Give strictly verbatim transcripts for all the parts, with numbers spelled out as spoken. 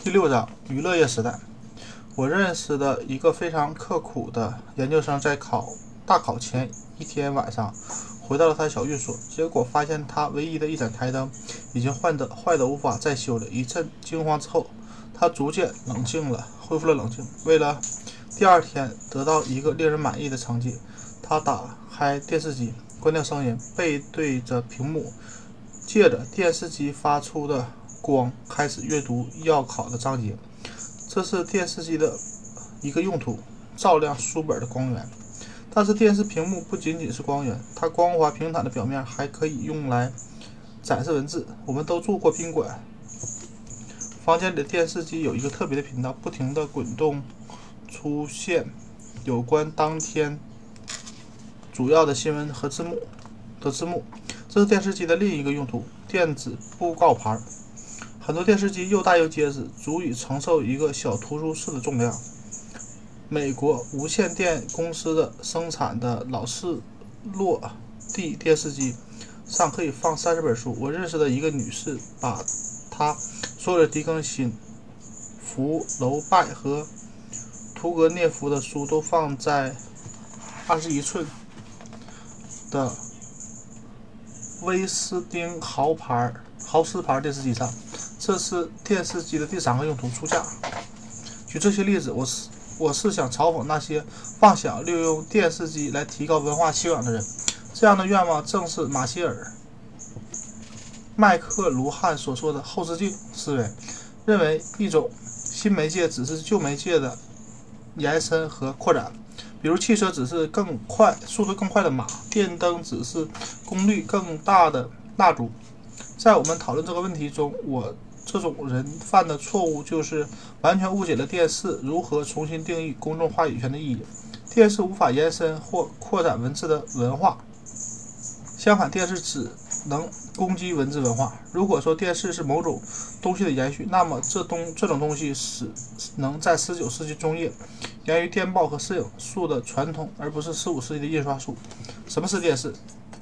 第六章娱乐业时代。我认识的一个非常刻苦的研究生，在考大考前一天晚上回到了他的小寓所，结果发现他唯一的一盏台灯已经坏的坏的无法再修了。一阵惊慌之后，他逐渐冷静了，恢复了冷静。为了第二天得到一个令人满意的成绩，他打开电视机，关掉声音，背对着屏幕，借着电视机发出的光开始阅读要考的章节。这是电视机的一个用途，照亮书本的光源。但是电视屏幕不仅仅是光源，它光滑平坦的表面还可以用来展示文字。我们都住过宾馆，房间里的电视机有一个特别的频道，不停地滚动，出现有关当天主要的新闻和字幕的字幕。这是电视机的另一个用途，电子布告牌。很多电视机又大又结实，足以承受一个小图书室的重量。美国无线电公司的生产的老式落地电视机上可以放三十本书。我认识的一个女士把她所有的狄更辛、福楼拜和屠格涅夫的书都放在二十一寸的威斯汀豪牌豪斯牌电视机上。这是电视机的第三个用途，出价。举这些例子，我是我是想嘲讽那些妄想利用电视机来提高文化修养的人。这样的愿望正是马歇尔麦克卢汉所说的后视镜思维，认为一种新媒介只是旧媒介的延伸和扩展。比如汽车只是更快速度更快的马，电灯只是功率更大的蜡烛。在我们讨论这个问题中，我这种人犯的错误就是完全误解了电视如何重新定义公众话语权的意义。电视无法延伸或扩展文字的文化，相反，电视只能攻击文字文化。如果说电视是某种东西的延续，那么这东这种东西是能在十九世纪中叶源于电报和摄影术的传统，而不是十五世纪的印刷术。什么是电视？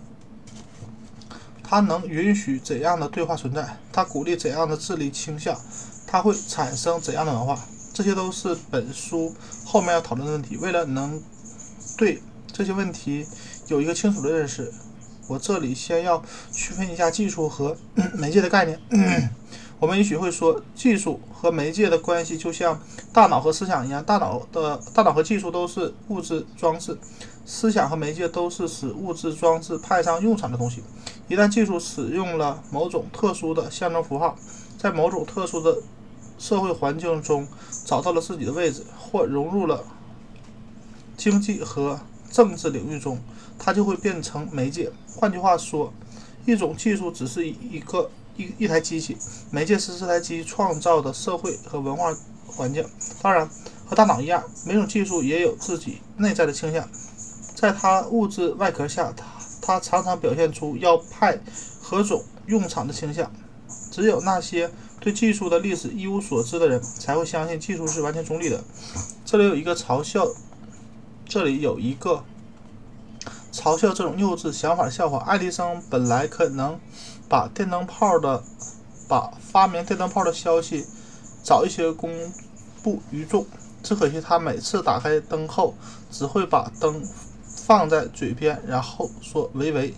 它能允许怎样的对话存在？它鼓励怎样的智力倾向？它会产生怎样的文化？这些都是本书后面要讨论的问题。为了能对这些问题有一个清楚的认识，我这里先要区分一下技术和、嗯、媒介的概念。嗯、我们也许会说，技术和媒介的关系就像大脑和思想一样，大脑的大脑和技术都是物质装置，思想和媒介都是使物质装置派上用场的东西。一旦技术使用了某种特殊的象征符号，在某种特殊的社会环境中找到了自己的位置，或融入了经济和政治领域中，它就会变成媒介。换句话说，一种技术只是一个 一, 一台机器，媒介是这台机器创造的社会和文化环境。当然，和大脑一样，每种技术也有自己内在的倾向，在它物质外壳下，它它常常表现出要派何种用场的倾向。只有那些对技术的历史一无所知的人才会相信技术是完全中立的。这里有一个嘲笑，这里有一个嘲笑这种幼稚想法的笑话。爱迪生本来可能把电灯泡的把发明电灯泡的消息早一些公布于众，只可惜他每次打开灯后只会把灯放在嘴边，然后说喂喂。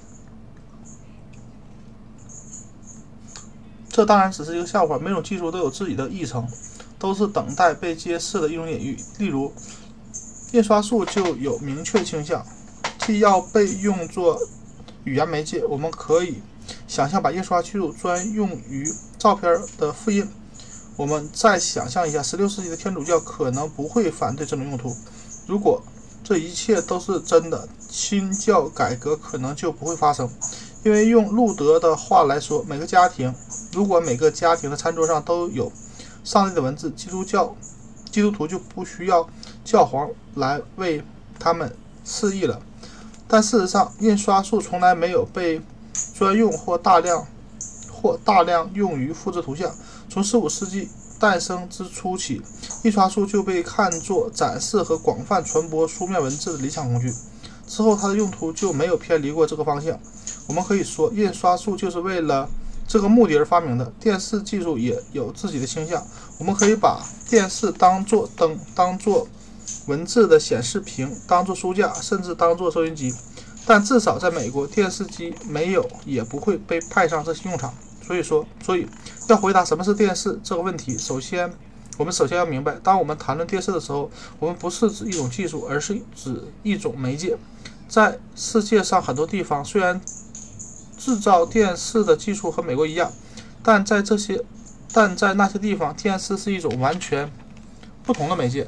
这当然只是一个笑话，每种技术都有自己的议程，都是等待被揭示的一种隐喻。例如印刷术就有明确倾向，既要被用作语言媒介，我们可以想象把印刷技术专用于照片的复印。我们再想象一下，十六世纪的天主教可能不会反对这种用途。如果这一切都是真的，新教改革可能就不会发生。因为用路德的话来说，每个家庭如果每个家庭的餐桌上都有上帝的文字，基督教基督徒就不需要教皇来为他们示意了。但事实上，印刷术从来没有被专用或大量或大量用于复制图像。从十五世纪诞生之初起，印刷术就被看作展示和广泛传播书面文字的理想工具。之后它的用途就没有偏离过这个方向。我们可以说，印刷术就是为了这个目的而发明的。电视技术也有自己的倾向，我们可以把电视当作灯，当作文字的显示屏，当作书架，甚至当作收音机。但至少在美国，电视机没有也不会被派上这些用场。所以说，所以要回答什么是电视这个问题，首先我们首先要明白，当我们谈论电视的时候，我们不是指一种技术，而是指一种媒介。在世界上很多地方，虽然制造电视的技术和美国一样，但在这些但在那些地方，电视是一种完全不同的媒介。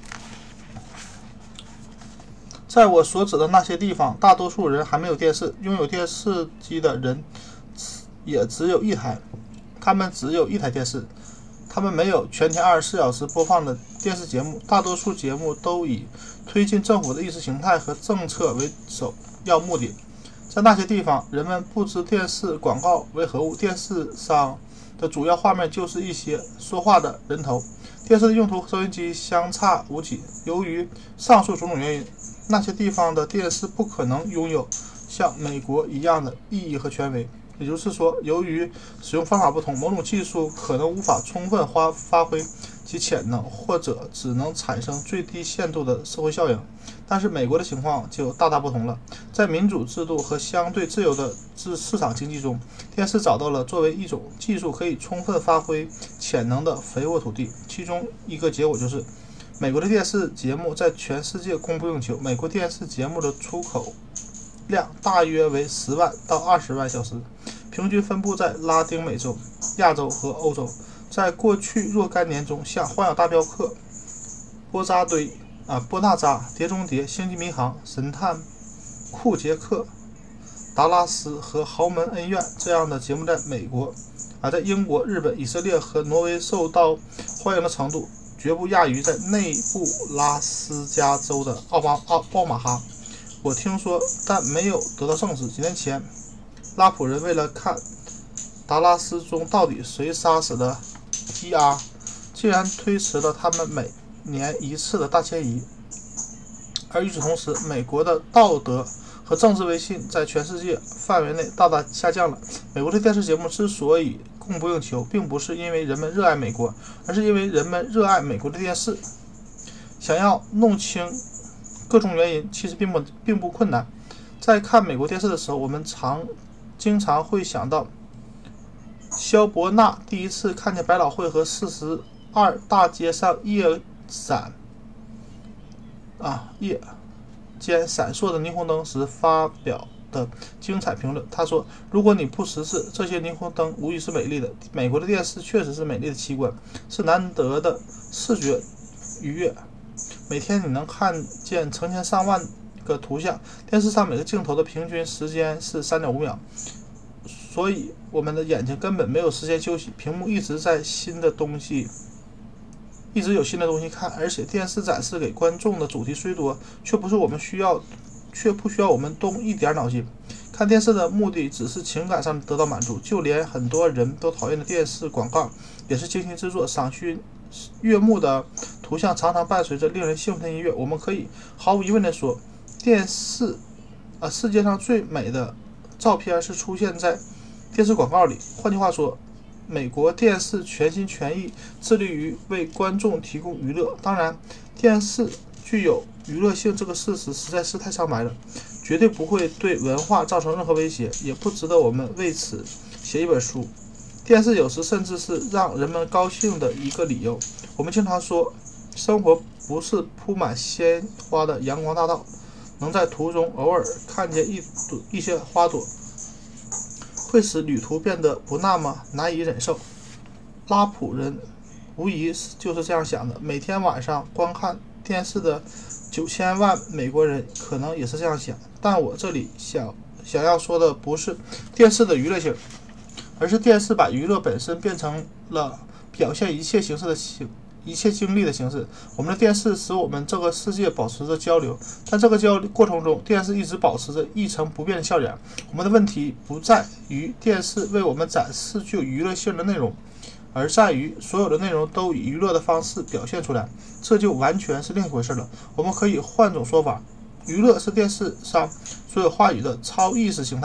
在我所指的那些地方，大多数人还没有电视，拥有电视机的人也只有一台，他们只有一台电视，他们没有全天二十四小时播放的电视节目，大多数节目都以推进政府的意识形态和政策为首要目的。在那些地方，人们不知电视广告为何物，电视上的主要画面就是一些说话的人头。电视的用途和收音机相差无几。由于上述种种原因，那些地方的电视不可能拥有像美国一样的意义和权威。也就是说，由于使用方法不同，某种技术可能无法充分发发挥其潜能，或者只能产生最低限度的社会效应。但是美国的情况就大大不同了。在民主制度和相对自由的市场经济中，电视找到了作为一种技术可以充分发挥潜能的肥沃土地。其中一个结果就是，美国的电视节目在全世界供不应求。美国电视节目的出口量大约为十万到二十万小时，平均分布在拉丁美洲、亚洲和欧洲。在过去若干年中，像《荒野大镖客》、波扎堆啊、波纳扎、碟中谍、星际迷航、神探库杰克、达拉斯和豪门恩怨这样的节目在美国啊，在英国、日本、以色列和挪威受到欢迎的程度绝不亚于在内布拉斯加州的奥巴奥奥马哈。我听说，但没有得到证实。几年前，拉普人为了看达拉斯中到底谁杀死了基阿，竟然推迟了他们每年一次的大迁移。而与此同时，美国的道德和政治威信在全世界范围内大大下降了。美国的电视节目之所以供不应求，并不是因为人们热爱美国，而是因为人们热爱美国的电视。想要弄清各种原因，其实并不并不困难。在看美国电视的时候，我们常经常会想到萧伯纳第一次看见百老汇和四十二大街上夜闪啊夜间闪烁的霓虹灯时发表的精彩评论。他说，如果你不识字，这些霓虹灯无疑是美丽的。美国的电视确实是美丽的奇观，是难得的视觉愉悦。每天你能看见成千上万个图像，电视上每个镜头的平均时间是 三点五秒，所以我们的眼睛根本没有时间休息，屏幕一直在新的东西一直有新的东西看。而且电视展示给观众的主题虽多，却不是我们需要却不需要我们动一点脑筋。看电视的目的只是情感上得到满足，就连很多人都讨厌的电视广告也是精心制作，赏心悦目的图像常常伴随着令人兴奋的音乐。我们可以毫无疑问地说，电视啊，世界上最美的照片是出现在电视广告里。换句话说，美国电视全心全意致力于为观众提供娱乐。当然，电视具有娱乐性这个事实实在是太苍白了，绝对不会对文化造成任何威胁，也不值得我们为此写一本书。电视有时甚至是让人们高兴的一个理由。我们经常说，生活不是铺满鲜花的阳光大道，能在途中偶尔看见一朵一些花朵，会使旅途变得不那么难以忍受。拉普人无疑就是这样想的。每天晚上观看电视的九千万美国人可能也是这样想。但我这里想想要说的不是电视的娱乐性，而是电视把娱乐本身变成了表现一切形式的形一切经历的形式。我们的电视使我们这个世界保持着交流，但这个交流过程中，电视一直保持着一成不变的笑脸。我们的问题不在于电视为我们展示具有娱乐性的内容，而在于所有的内容都以娱乐的方式表现出来，这就完全是另一回事了。我们可以换种说法，娱乐是电视上所有话语的超意识形态。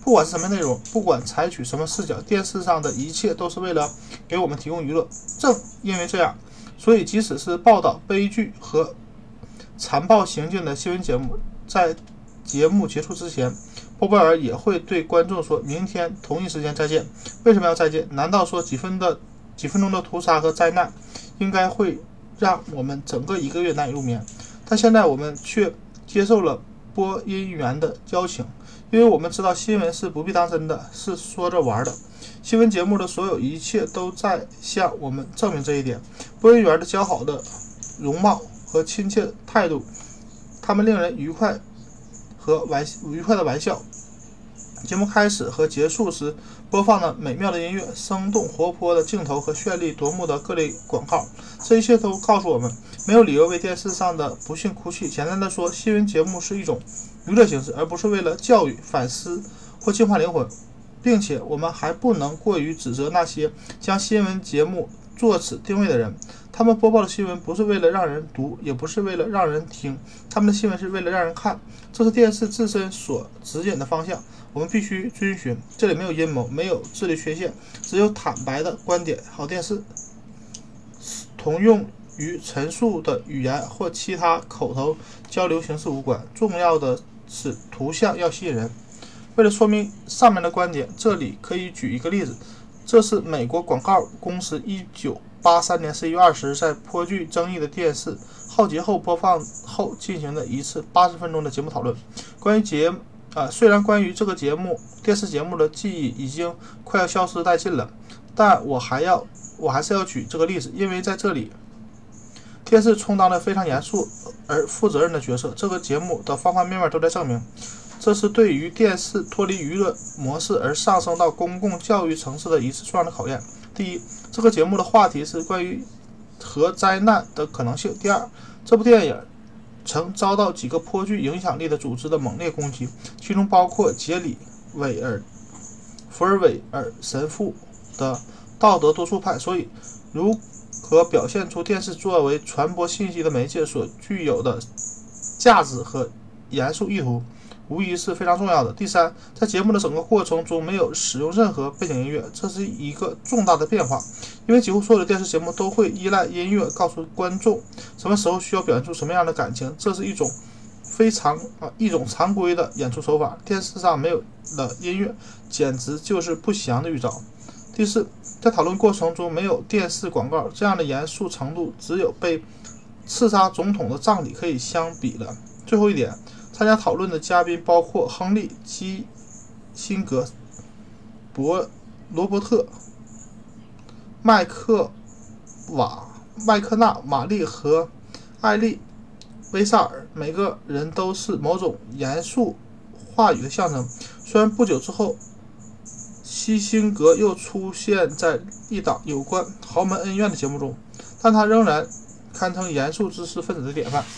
不管是什么内容，不管采取什么视角，电视上的一切都是为了给我们提供娱乐。正因为这样，所以即使是报道悲剧和残暴行径的新闻节目，在节目结束之前，波波尔也会对观众说明天同一时间再见。为什么要再见？难道说几分的几分钟的屠杀和灾难应该会让我们整个一个月难以入眠？但现在我们却接受了播音员的邀请，因为我们知道新闻是不必当真的，是说着玩的。新闻节目的所有一切都在向我们证明这一点。播音员的姣好的容貌和亲切态度，他们令人愉快和玩愉快的玩笑。节目开始和结束时播放的美妙的音乐、生动活泼的镜头和绚丽夺目的各类广告，这一切都告诉我们，没有理由为电视上的不幸哭泣。简单的说，新闻节目是一种娱乐形式，而不是为了教育、反思或净化灵魂。并且我们还不能过于指责那些将新闻节目做此定位的人。他们播报的新闻不是为了让人读，也不是为了让人听，他们的新闻是为了让人看，这是电视自身所指引的方向，我们必须遵循。这里没有阴谋，没有智力缺陷，只有坦白的观点。好电视同用于陈述的语言或其他口头交流形式无关，重要的是图像要吸引人。为了说明上面的观点，这里可以举一个例子。这是美国广告公司一九八三年十一月二十日在颇具争议的电视浩劫后播放后进行的一次八十分钟的节目讨论。关于节呃，虽然关于这个节目电视节目的记忆已经快要消失殆尽了，但我还要我还是要举这个例子，因为在这里电视充当了非常严肃而负责任的角色。这个节目的方方面面都在证明，这是对于电视脱离娱乐模式而上升到公共教育层次的一次重要的考验。第一，这个节目的话题是关于核灾难的可能性。第二，这部电影曾遭到几个颇具影响力的组织的猛烈攻击，其中包括杰里韦尔福尔韦尔神父的道德多数派。所以如何表现出电视作为传播信息的媒介所具有的价值和严肃意图，无疑是非常重要的。第三，在节目的整个过程中没有使用任何背景音乐，这是一个重大的变化，因为几乎所有的电视节目都会依赖音乐告诉观众什么时候需要表现出什么样的感情，这是一种非常啊一种常规的演出手法。电视上没有的音乐简直就是不祥的预兆。第四，在讨论过程中没有电视广告，这样的严肃程度只有被刺杀总统的葬礼可以相比了。最后一点，参加讨论的嘉宾包括亨利·基辛格、博罗伯特、麦克瓦、麦克纳、玛丽和艾丽·威萨尔，每个人都是某种严肃话语的象征。虽然不久之后，基辛格又出现在一档有关豪门恩怨的节目中，但他仍然堪称严肃知识分子的典范。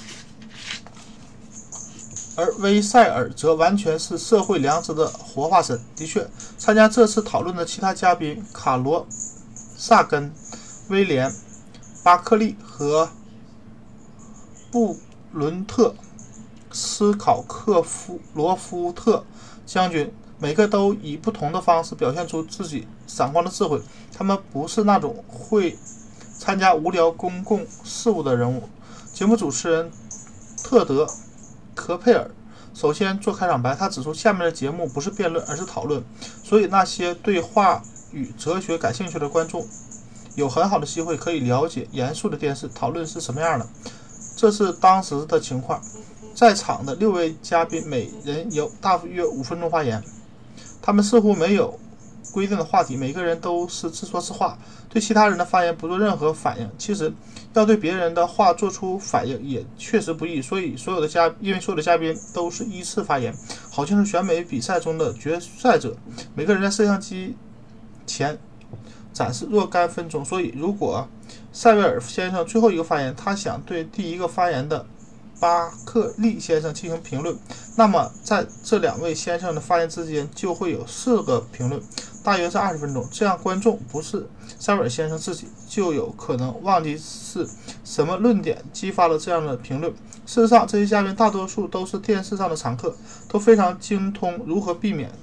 而威塞尔则完全是社会良知的活化身。的确，参加这次讨论的其他嘉宾卡罗萨根、威廉巴克利和布伦特斯考克夫罗夫特将军，每个都以不同的方式表现出自己闪光的智慧。他们不是那种会参加无聊公共事务的人物。节目主持人特德科佩尔首先做开场白，他指出下面的节目不是辩论而是讨论，所以那些对话语哲学感兴趣的观众有很好的机会可以了解严肃的电视讨论是什么样的。这是当时的情况，在场的六位嘉宾每人有大约五分钟发言，他们似乎没有规定的话题，每个人都是自说自话，对其他人的发言不做任何反应。其实要对别人的话做出反应也确实不易，所以所有的嘉因为所有的嘉宾都是依次发言，好像是选美比赛中的决赛者，每个人在摄像机前展示若干分钟。所以如果塞维尔先生最后一个发言，他想对第一个发言的巴克利先生进行评论，那么在这两位先生的发言之间就会有四个评论，大约是二十分钟。这样观众不是塞维尔先生自己就有可能忘记是什么论点激发了这样的评论。事实上，这些嘉宾大多数都是电视上的常客，都非常精通如何避免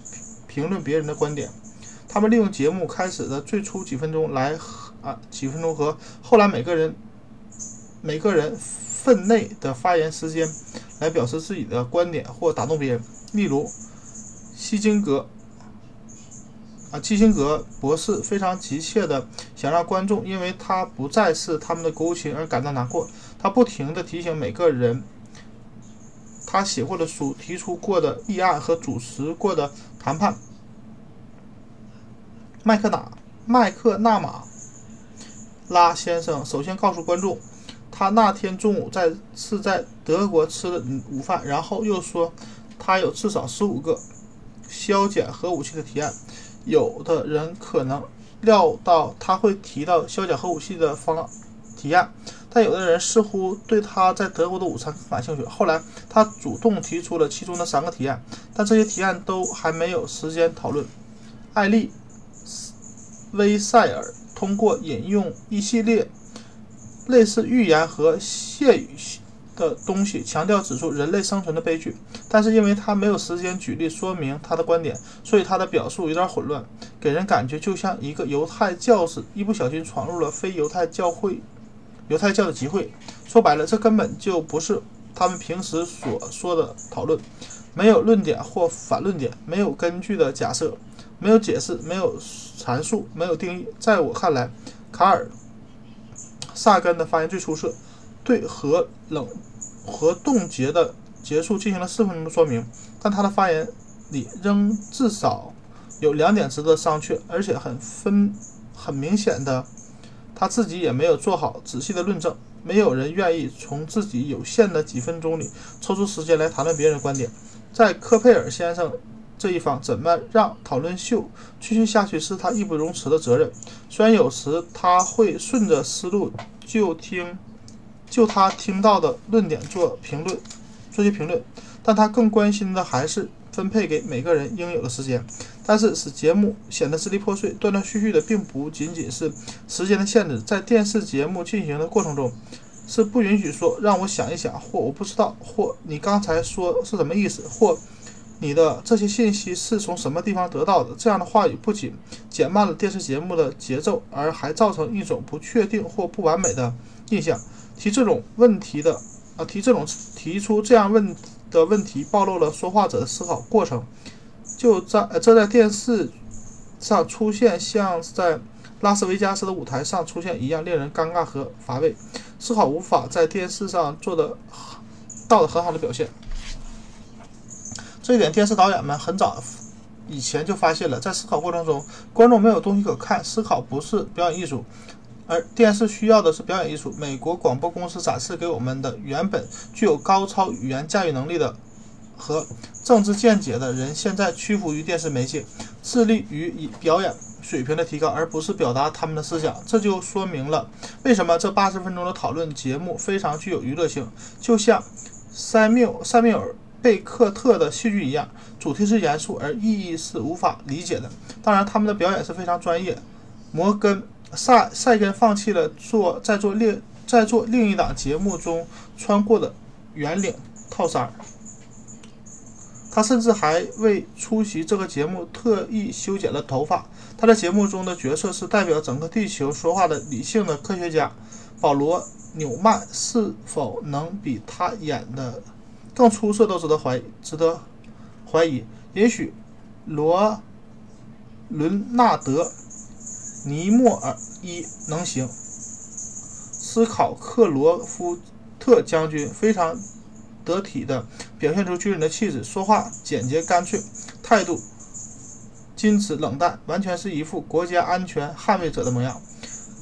评论别人的观点。他们利用节目开始的最初几分钟来啊几分钟和后来每个人每个人分内的发言时间来表示自己的观点或打动别人。例如，希金格啊，基辛格博士非常急切地想让观众因为他不再是他们的国务卿而感到难过。他不停地提醒每个人他写过的书、提出过的议案和主持过的谈判。麦克纳麦克纳马拉先生首先告诉观众，他那天中午在是在德国吃的午饭，然后又说他有至少十五个削减核武器的提案。有的人可能料到他会提到削减核武器的方案提案，但有的人似乎对他在德国的午餐更感兴趣。后来他主动提出了其中的三个提案，但这些提案都还没有时间讨论。艾利威塞尔通过引用一系列类似寓言和谢语的东西强调指出人类生存的悲剧，但是因为他没有时间举例说明他的观点，所以他的表述有点混乱，给人感觉就像一个犹太教士一不小心闯入了非犹太教会犹太教的集会。说白了，这根本就不是他们平时所说的讨论，没有论点或反论点，没有根据的假设，没有解释，没有阐述，没有定义。在我看来，卡尔萨根的发言最出色，对核冷核冻结的结束进行了四分钟的说明，但他的发言里仍至少有两点值得商榷，而且很分很明显的，他自己也没有做好仔细的论证。没有人愿意从自己有限的几分钟里抽出时间来谈论别人的观点。在科佩尔先生这一方，怎么让讨论秀继续下去是他义不容辞的责任。虽然有时他会顺着思路就听就他听到的论点做评论做些评论，但他更关心的还是分配给每个人应有的时间。但是使节目显得支离破碎、断断续续的并不仅仅是时间的限制，在电视节目进行的过程中是不允许说让我想一想，或我不知道，或你刚才说是什么意思，或你的这些信息是从什么地方得到的。这样的话语不仅减慢了电视节目的节奏，而还造成一种不确定或不完美的印象。提这种问题的啊，提这种提出这样问的问题，暴露了说话者的思考过程。就在、呃、这在电视上出现，像在拉斯维加斯的舞台上出现一样，令人尴尬和乏味。思考无法在电视上做得到的很好的表现。这一点电视导演们很早以前就发现了，在思考过程中，观众没有东西可看。思考不是表演艺术，而电视需要的是表演艺术。美国广播公司展示给我们的原本具有高超语言驾驭能力的和政治见解的人，现在屈服于电视媒介，致力于以表演水平的提高，而不是表达他们的思想。这就说明了为什么这八十分钟的讨论节目非常具有娱乐性，就像塞缪塞缪尔贝克特的戏剧一样，主题是严肃，而意义是无法理解的。当然，他们的表演是非常专业。摩根塞塞根放弃了做在做另在做另一档节目中穿过的圆领套衫，他甚至还为出席这个节目特意修剪了头发。他在节目中的角色是代表整个地球说话的理性的科学家。保罗纽曼是否能比他演的更出色都值得怀疑值得怀疑也许罗伦纳德尼莫尔伊能行。斯考克罗夫特将军非常得体地表现出军人的气质，说话简洁干脆，态度矜持冷淡，完全是一副国家安全捍卫者的模样。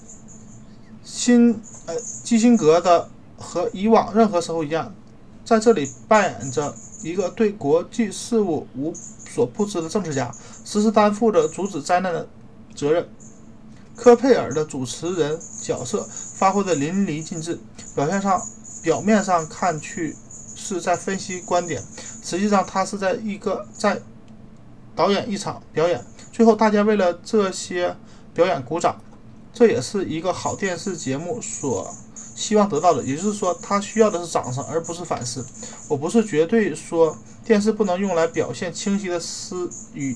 辛呃基辛格的和以往任何时候一样，在这里扮演着一个对国际事务无所不知的政治家，时时担负着阻止灾难的责任。科佩尔的主持人角色发挥的淋漓尽致，表现上表面上看去是在分析观点，实际上他是在一个在导演一场表演。最后大家为了这些表演鼓掌，这也是一个好电视节目所希望得到的，也就是说他需要的是掌声而不是反思。我不是绝对说电视不能用来表现清晰的思语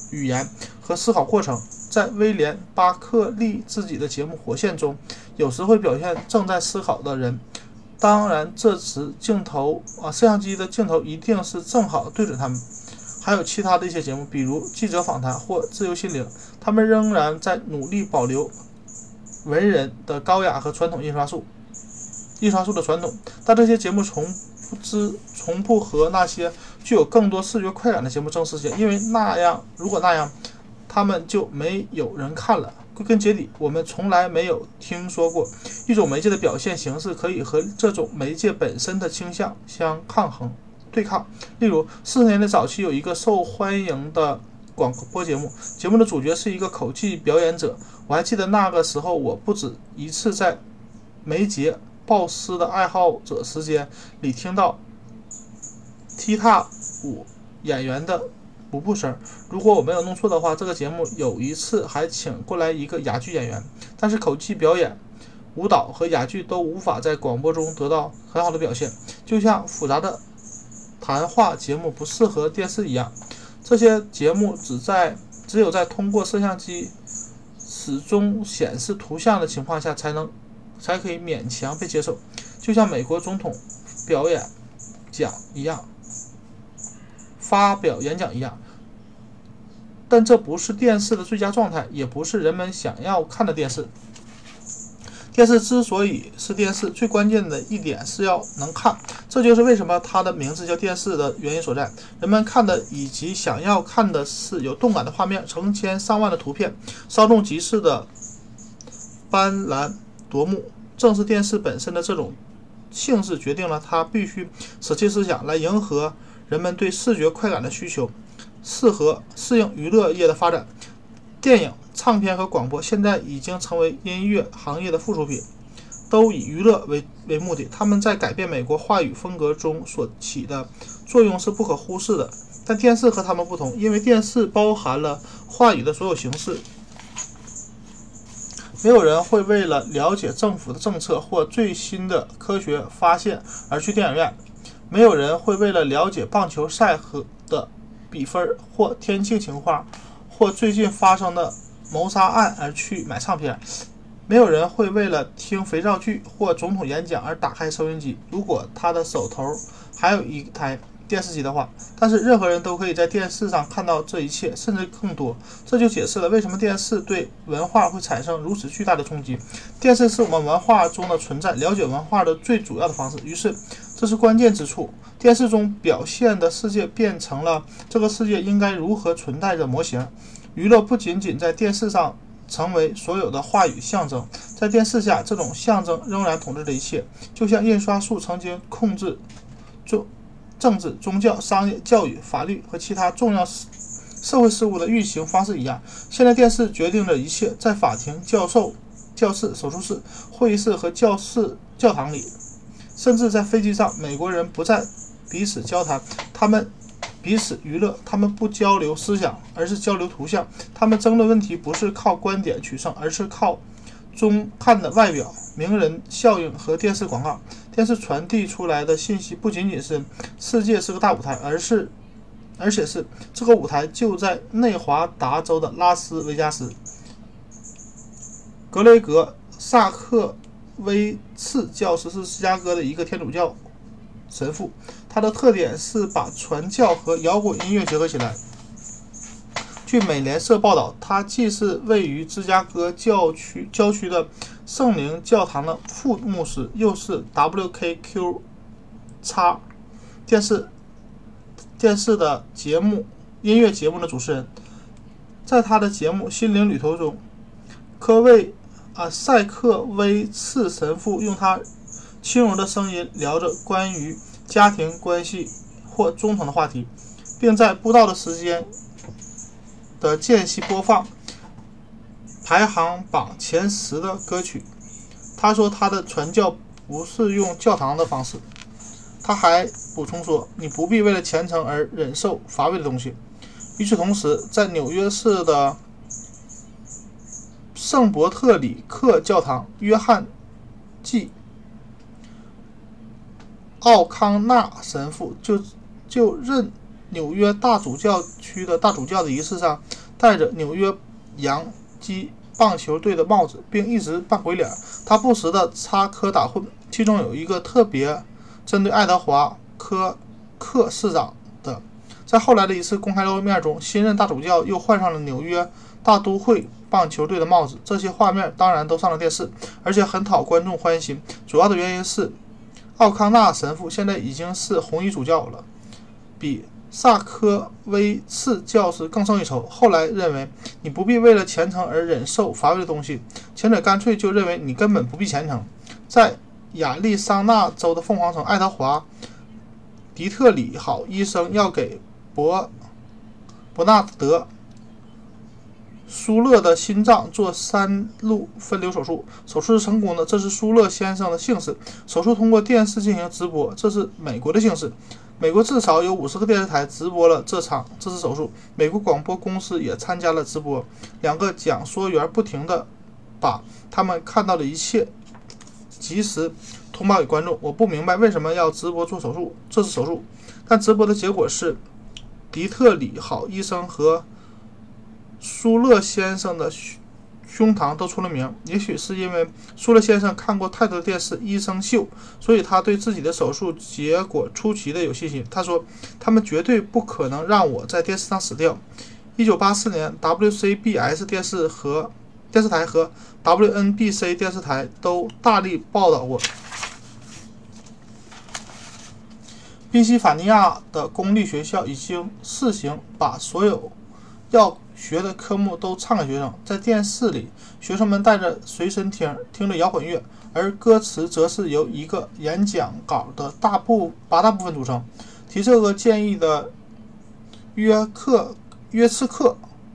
语言和思考过程。在威廉·巴克利自己的节目《火线》中，有时会表现正在思考的人。当然，这时镜头啊，摄像机的镜头一定是正好对准他们。还有其他的一些节目，比如记者访谈或自由心灵，他们仍然在努力保留文人的高雅和传统印刷术印刷术的传统，但这些节目从不知从不和那些具有更多视觉快感的节目争世界，因为那样如果那样他们就没有人看了。归根结底，我们从来没有听说过一种媒介的表现形式可以和这种媒介本身的倾向相抗衡对抗。例如四十年代早期有一个受欢迎的广播节目，节目的主角是一个口技表演者。我还记得那个时候，我不止一次在梅杰鲍斯的爱好者时间里听到踢踏舞演员的不步声。如果我没有弄错的话，这个节目有一次还请过来一个哑剧演员，但是口技表演、舞蹈和哑剧都无法在广播中得到很好的表现，就像复杂的谈话节目不适合电视一样。这些节目只在只有在通过摄像机始终显示图像的情况下才能才可以勉强被接受，就像美国总统表演讲一样发表演讲一样。但这不是电视的最佳状态，也不是人们想要看的电视。电视之所以是电视，最关键的一点是要能看，这就是为什么它的名字叫电视的原因所在。人们看的以及想要看的是有动感的画面，成千上万的图片，稍纵即逝的斑斓夺目。正是电视本身的这种性质决定了它必须舍弃思想来迎合人们对视觉快感的需求，适合适应娱乐业的发展。电影、唱片和广播现在已经成为音乐行业的附属品，都以娱乐 为, 为目的。他们在改变美国话语风格中所起的作用是不可忽视的。但电视和他们不同，因为电视包含了话语的所有形式。没有人会为了了解政府的政策或最新的科学发现而去电影院，没有人会为了了解棒球赛和的比分或天气情况或最近发生的谋杀案而去买唱片，没有人会为了听肥皂剧或总统演讲而打开收音机，如果他的手头还有一台电视机的话。但是任何人都可以在电视上看到这一切，甚至更多。这就解释了为什么电视对文化会产生如此巨大的冲击。电视是我们文化中的存在，了解文化的最主要的方式。于是这是关键之处，电视中表现的世界变成了这个世界应该如何存在的模型。娱乐不仅仅在电视上成为所有的话语象征，在电视下这种象征仍然统治着一切，就像印刷术曾经控制政治、宗教、商业、教育、法律和其他重要社会事务的运行方式一样。现在电视决定了一切，在法庭、教授、教室、手术室、会议室和教室、教堂里，甚至在飞机上，美国人不再彼此交谈，他们彼此娱乐，他们不交流思想，而是交流图像。他们争论问题不是靠观点取胜，而是靠中看的外表、名人效应和电视广告。电视传递出来的信息不仅仅是世界是个大舞台，而是而且是这个舞台就在内华达州的拉斯维加斯。格雷格·萨克威茨教师是芝加哥的一个天主教神父，他的特点是把传教和摇滚音乐结合起来。据美联社报道，他既是位于芝加哥郊区郊区的圣灵教堂的副牧师，又是 W K Q X 电视电视的节目音乐节目的主持人。在他的节目《心灵旅途》中，科卫啊塞克威茨神父用他轻柔的声音聊着关于家庭关系或中层的话题，并在布道的时间的间隙播放排行榜前十的歌曲。他说他的传教不是用教堂的方式。他还补充说，你不必为了虔诚而忍受乏味的东西。与此同时，在纽约市的圣伯特里克教堂，约翰 G 奥康纳神父就就任纽约大主教区的大主教的仪式上，戴着纽约洋基棒球队的帽子，并一直扮鬼脸。他不时的插科打诨，其中有一个特别针对爱德华科克市长的。在后来的一次公开露面中，新任大主教又换上了纽约大都会棒球队的帽子。这些画面当然都上了电视，而且很讨观众欢心。主要的原因是奥康纳神父现在已经是红衣主教了，比萨科威茨教士更胜一筹。后来认为你不必为了虔诚而忍受乏味的东西，前者干脆就认为你根本不必虔诚。在亚利桑那州的凤凰城，爱德华迪特里好医生要给伯伯纳德舒勒的心脏做三路分流手术，手术是成功的，这是舒勒先生的幸事。手术通过电视进行直播，这是美国的幸事。美国至少有五十个电视台直播了这场这次手术，美国广播公司也参加了直播。两个讲说员不停地把他们看到的一切及时通报给观众。我不明白为什么要直播做手术，这是手术，但直播的结果是迪特里好医生和舒勒先生的胸膛都出了名。也许是因为舒勒先生看过太多的电视医生秀，所以他对自己的手术结果出奇的有信心。他说，他们绝对不可能让我在电视上死掉。一九八四年 W C B S 电视和电视台和 W N B C 电视台都大力报道过。宾夕法尼亚的公立学校已经试行把所有要学的科目都唱给学生，在电视里，学生们带着随身听听着摇滚乐，而歌词则是由一个演讲稿的大部八大部分组成。提这个建议的约克约茨克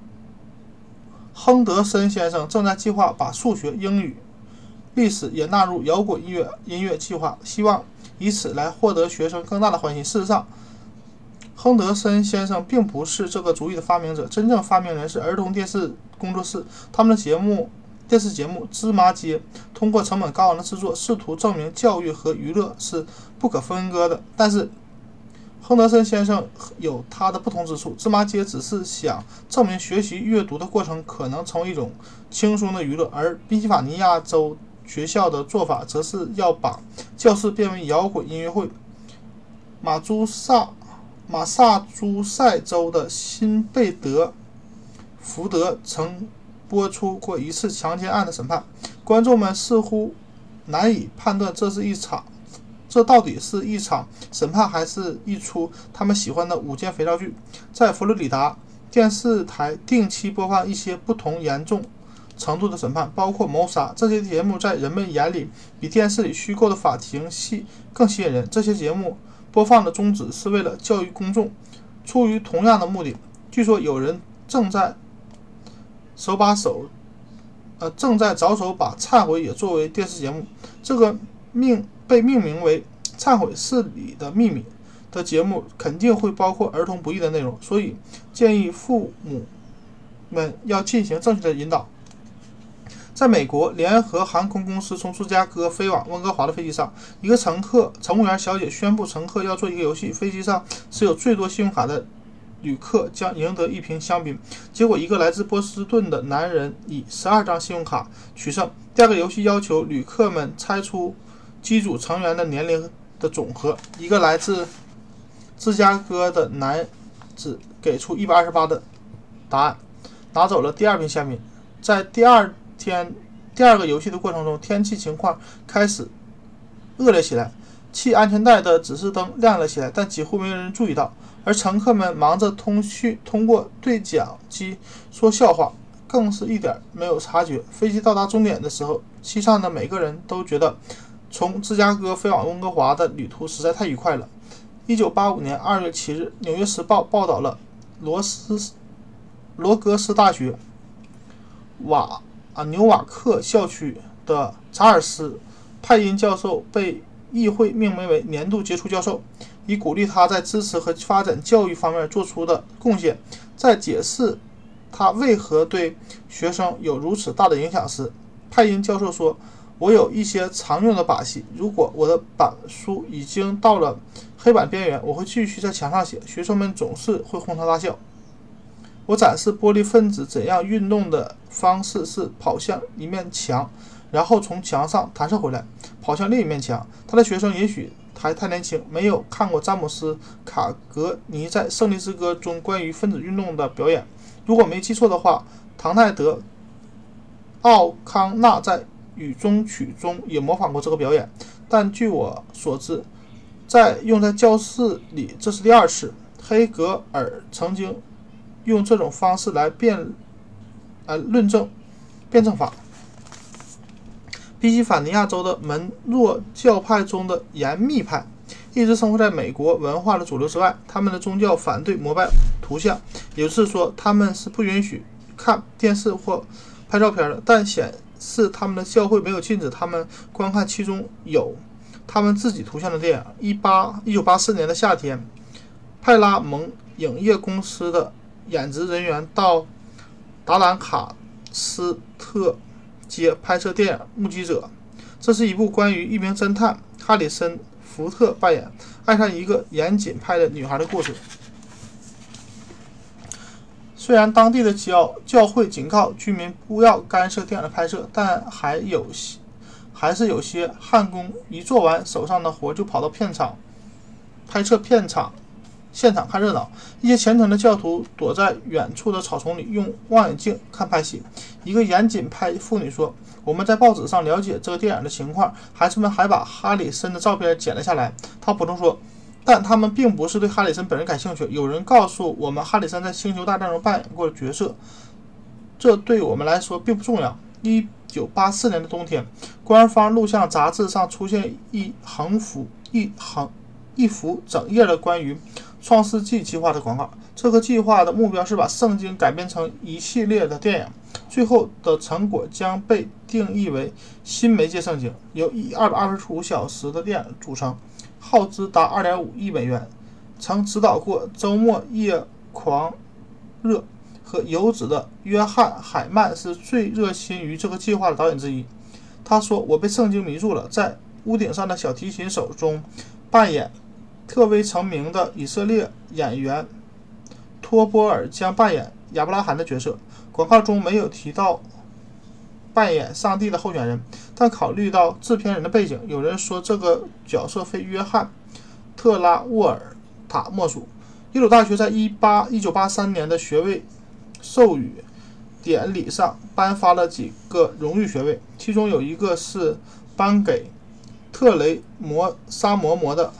亨德森先生正在计划把数学、英语、历史也纳入摇滚音乐音乐计划，希望以此来获得学生更大的欢心。事实上，亨德森先生并不是这个主意的发明者，真正发明人是儿童电视工作室。他们的节目电视节目《芝麻街》通过成本高昂的制作，试图证明教育和娱乐是不可分割的。但是亨德森先生有他的不同之处，芝麻街只是想证明学习阅读的过程可能成为一种轻松的娱乐，而宾夕法尼亚州学校的做法则是要把教室变为摇滚音乐会。马朱萨马萨诸塞州的辛贝德福德曾播出过一次强奸案的审判，观众们似乎难以判断这是一场这到底是一场审判还是一出他们喜欢的午间肥皂剧。在佛罗里达，电视台定期播放一些不同严重程度的审判，包括谋杀。这些节目在人们眼里比电视里虚构的法庭戏更吸引人。这些节目播放的宗旨是为了教育公众，出于同样的目的。据说有人正在手把手呃正在着手把忏悔也作为电视节目。这个命被命名为忏悔是你的秘密的节目肯定会包括儿童不宜的内容，所以建议父母们要进行正确的引导。在美国，联合航空公司从芝加哥飞往温哥华的飞机上，一个乘客乘务员小姐宣布乘客要做一个游戏，飞机上持有最多信用卡的旅客将赢得一瓶香槟。结果一个来自波士顿的男人以十二张信用卡取胜。第二个游戏要求旅客们猜出机组成员的年龄的总和，一个来自芝加哥的男子给出一百二十八的答案，拿走了第二瓶香槟。在第二天第二个游戏的过程中，天气情况开始恶劣起来，系安全带的指示灯亮了起来，但几乎没有人注意到，而乘客们忙着通讯通过对讲机说笑话，更是一点没有察觉。飞机到达终点的时候，机上的每个人都觉得从芝加哥飞往温哥华的旅途实在太愉快了。一九八五年二月七日，纽约时报报道了罗斯罗格斯大学瓦啊纽瓦克校区的查尔斯派因教授被议会命名为年度杰出教授，以鼓励他在支持和发展教育方面做出的贡献。在解释他为何对学生有如此大的影响时，派因教授说， 我有一些常用的把戏，如果我的板书已经到了黑板边缘，我会继续在墙上写，学生们总是会哄堂大笑。我展示玻璃分子怎样运动的方式是跑向一面墙，然后从墙上弹射回来，跑向另一面墙。他的学生也许还太年轻，没有看过詹姆斯·卡格尼在《胜利之歌》中关于分子运动的表演。如果没记错的话，唐泰德·奥康纳在《雨中曲》中也模仿过这个表演，但据我所知，在用在教室里这是第二次。黑格尔曾经用这种方式来辩呃论证辩证法。宾夕法尼亚州的门诺教派中的严密派一直生活在美国文化的主流之外，他们的宗教反对膜拜图像，也就是说他们是不允许看电视或拍照片的，但显示他们的教会没有禁止他们观看其中有他们自己图像的电影。一九八四年的夏天，派拉蒙影业公司的演职人员到达兰卡斯特街拍摄电影《目击者》，这是一部关于一名侦探哈里森·福特扮演爱上一个严谨派的女孩的故事。虽然当地的教教会警告居民不要干涉电影的拍摄，但还有还是有些焊工一做完手上的活就跑到片场拍摄片场现场看热闹。一些虔诚的教徒躲在远处的草丛里用望远镜看拍戏。一个严谨派妇女说，我们在报纸上了解这个电影的情况，孩子们还把哈里森的照片剪了下来。他补充说，但他们并不是对哈里森本人感兴趣。有人告诉我们哈里森在星球大战中扮演过的角色，这对我们来说并不重要。一九八四年的冬天，官方录像杂志上出现一横幅一横一幅整页的关于创世纪计划的广告。这个计划的目标是把圣经改编成一系列的电影，最后的成果将被定义为新媒介圣经，由二百二十五小时的电影组成，耗资达 二点五亿美元。曾指导过《周末夜狂热》和《游子》的约翰·海曼是最热心于这个计划的导演之一。他说，我被圣经迷住了。在屋顶上的小提琴手中扮演特微成名的以色列演员托波尔将扮演亚伯拉罕的角色。广告中没有提到扮演上帝的候选人，但考虑到制片人的背景，有人说这个角色非约翰·特拉沃尔塔莫属。耶鲁大学在一九八三年的学位授予典礼上颁发了几个荣誉学位，其中有一个是颁给特雷摩沙摩摩的。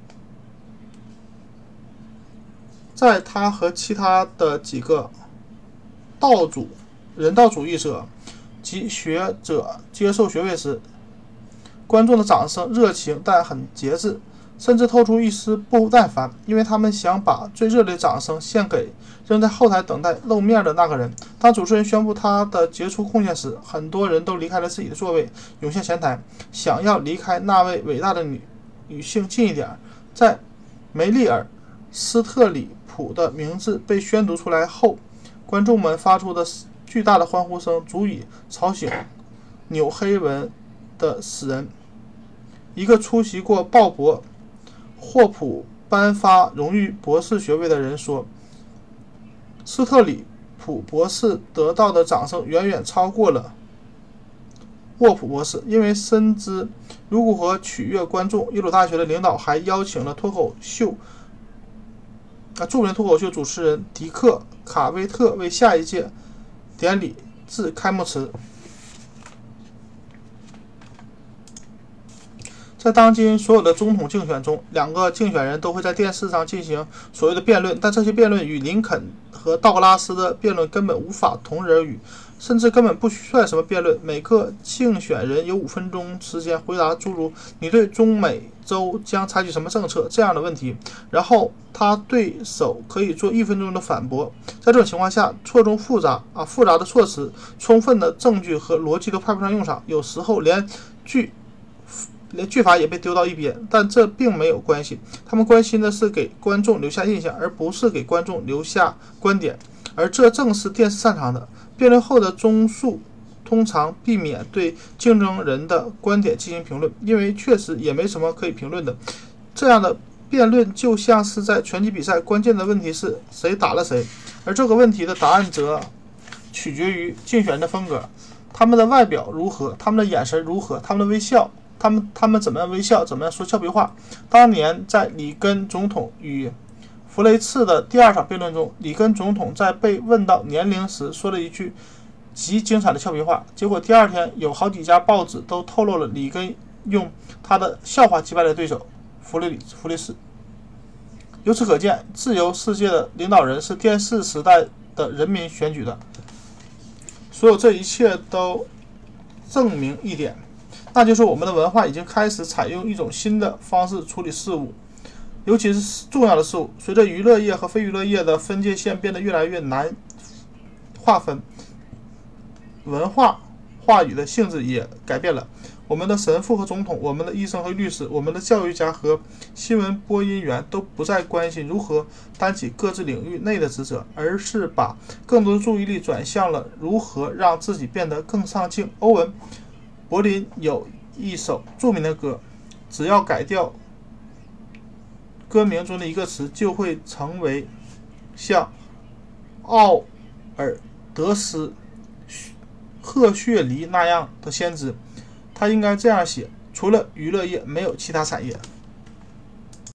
在他和其他的几个道主人道主义者及学者接受学位时，观众的掌声热情但很节制，甚至透出一丝不耐烦，因为他们想把最热烈的掌声献给仍在后台等待露面的那个人。当主持人宣布他的杰出贡献时，很多人都离开了自己的座位，涌向前台，想要离开那位伟大的女女性近一点。在梅丽尔·斯特里普的名字被宣读出来后，观众们发出的巨大的欢呼声足以吵醒纽黑文的死人。一个出席过鲍勃·霍普颁发荣誉博士学位的人说，斯特里普博士得到的掌声远远超过了沃普博士。因为深知如何取悦观众，耶鲁大学的领导还邀请了脱口秀啊，著名的脱口秀主持人迪克·卡威特为下一届典礼致开幕词。在当今所有的总统竞选中，两个竞选人都会在电视上进行所谓的辩论，但这些辩论与林肯和道格拉斯的辩论根本无法同日而语，甚至根本不算什么辩论。每个竞选人有五分钟时间回答诸如你对中美洲将采取什么政策这样的问题，然后他对手可以做一分钟的反驳。在这种情况下，错综复杂啊复杂的措辞、充分的证据和逻辑都派不上用场，有时候连句连句法也被丢到一边，但这并没有关系。他们关心的是给观众留下印象，而不是给观众留下观点，而这正是电视擅长的。辩论后的综述通常避免对竞争人的观点进行评论，因为确实也没什么可以评论的。这样的辩论就像是在拳击比赛，关键的问题是谁打了谁，而这个问题的答案则取决于竞选人的风格，他们的外表如何，他们的眼神如何，他们的微笑，他们他们怎么样微笑，怎么样说俏皮话。当年在里根总统与弗雷茨的第二场辩论中，里根总统在被问到年龄时说了一句极精彩的俏皮话，结果第二天有好几家报纸都透露了里根用他的笑话击败了对手弗雷里弗雷斯。由此可见，自由世界的领导人是电视时代的人民选举的。所有这一切都证明一点，那就是我们的文化已经开始采用一种新的方式处理事物，尤其是重要的事物。随着娱乐业和非娱乐业的分界线变得越来越难划分，文化话语的性质也改变了。我们的神父和总统，我们的医生和律师，我们的教育家和新闻播音员都不再关心如何担起各自领域内的职责，而是把更多的注意力转向了如何让自己变得更上镜。欧文·柏林有一首著名的歌，只要改掉歌名中的一个词，就会成为像奥尔德斯·赫胥黎那样的先知。他应该这样写：除了娱乐业，没有其他产业。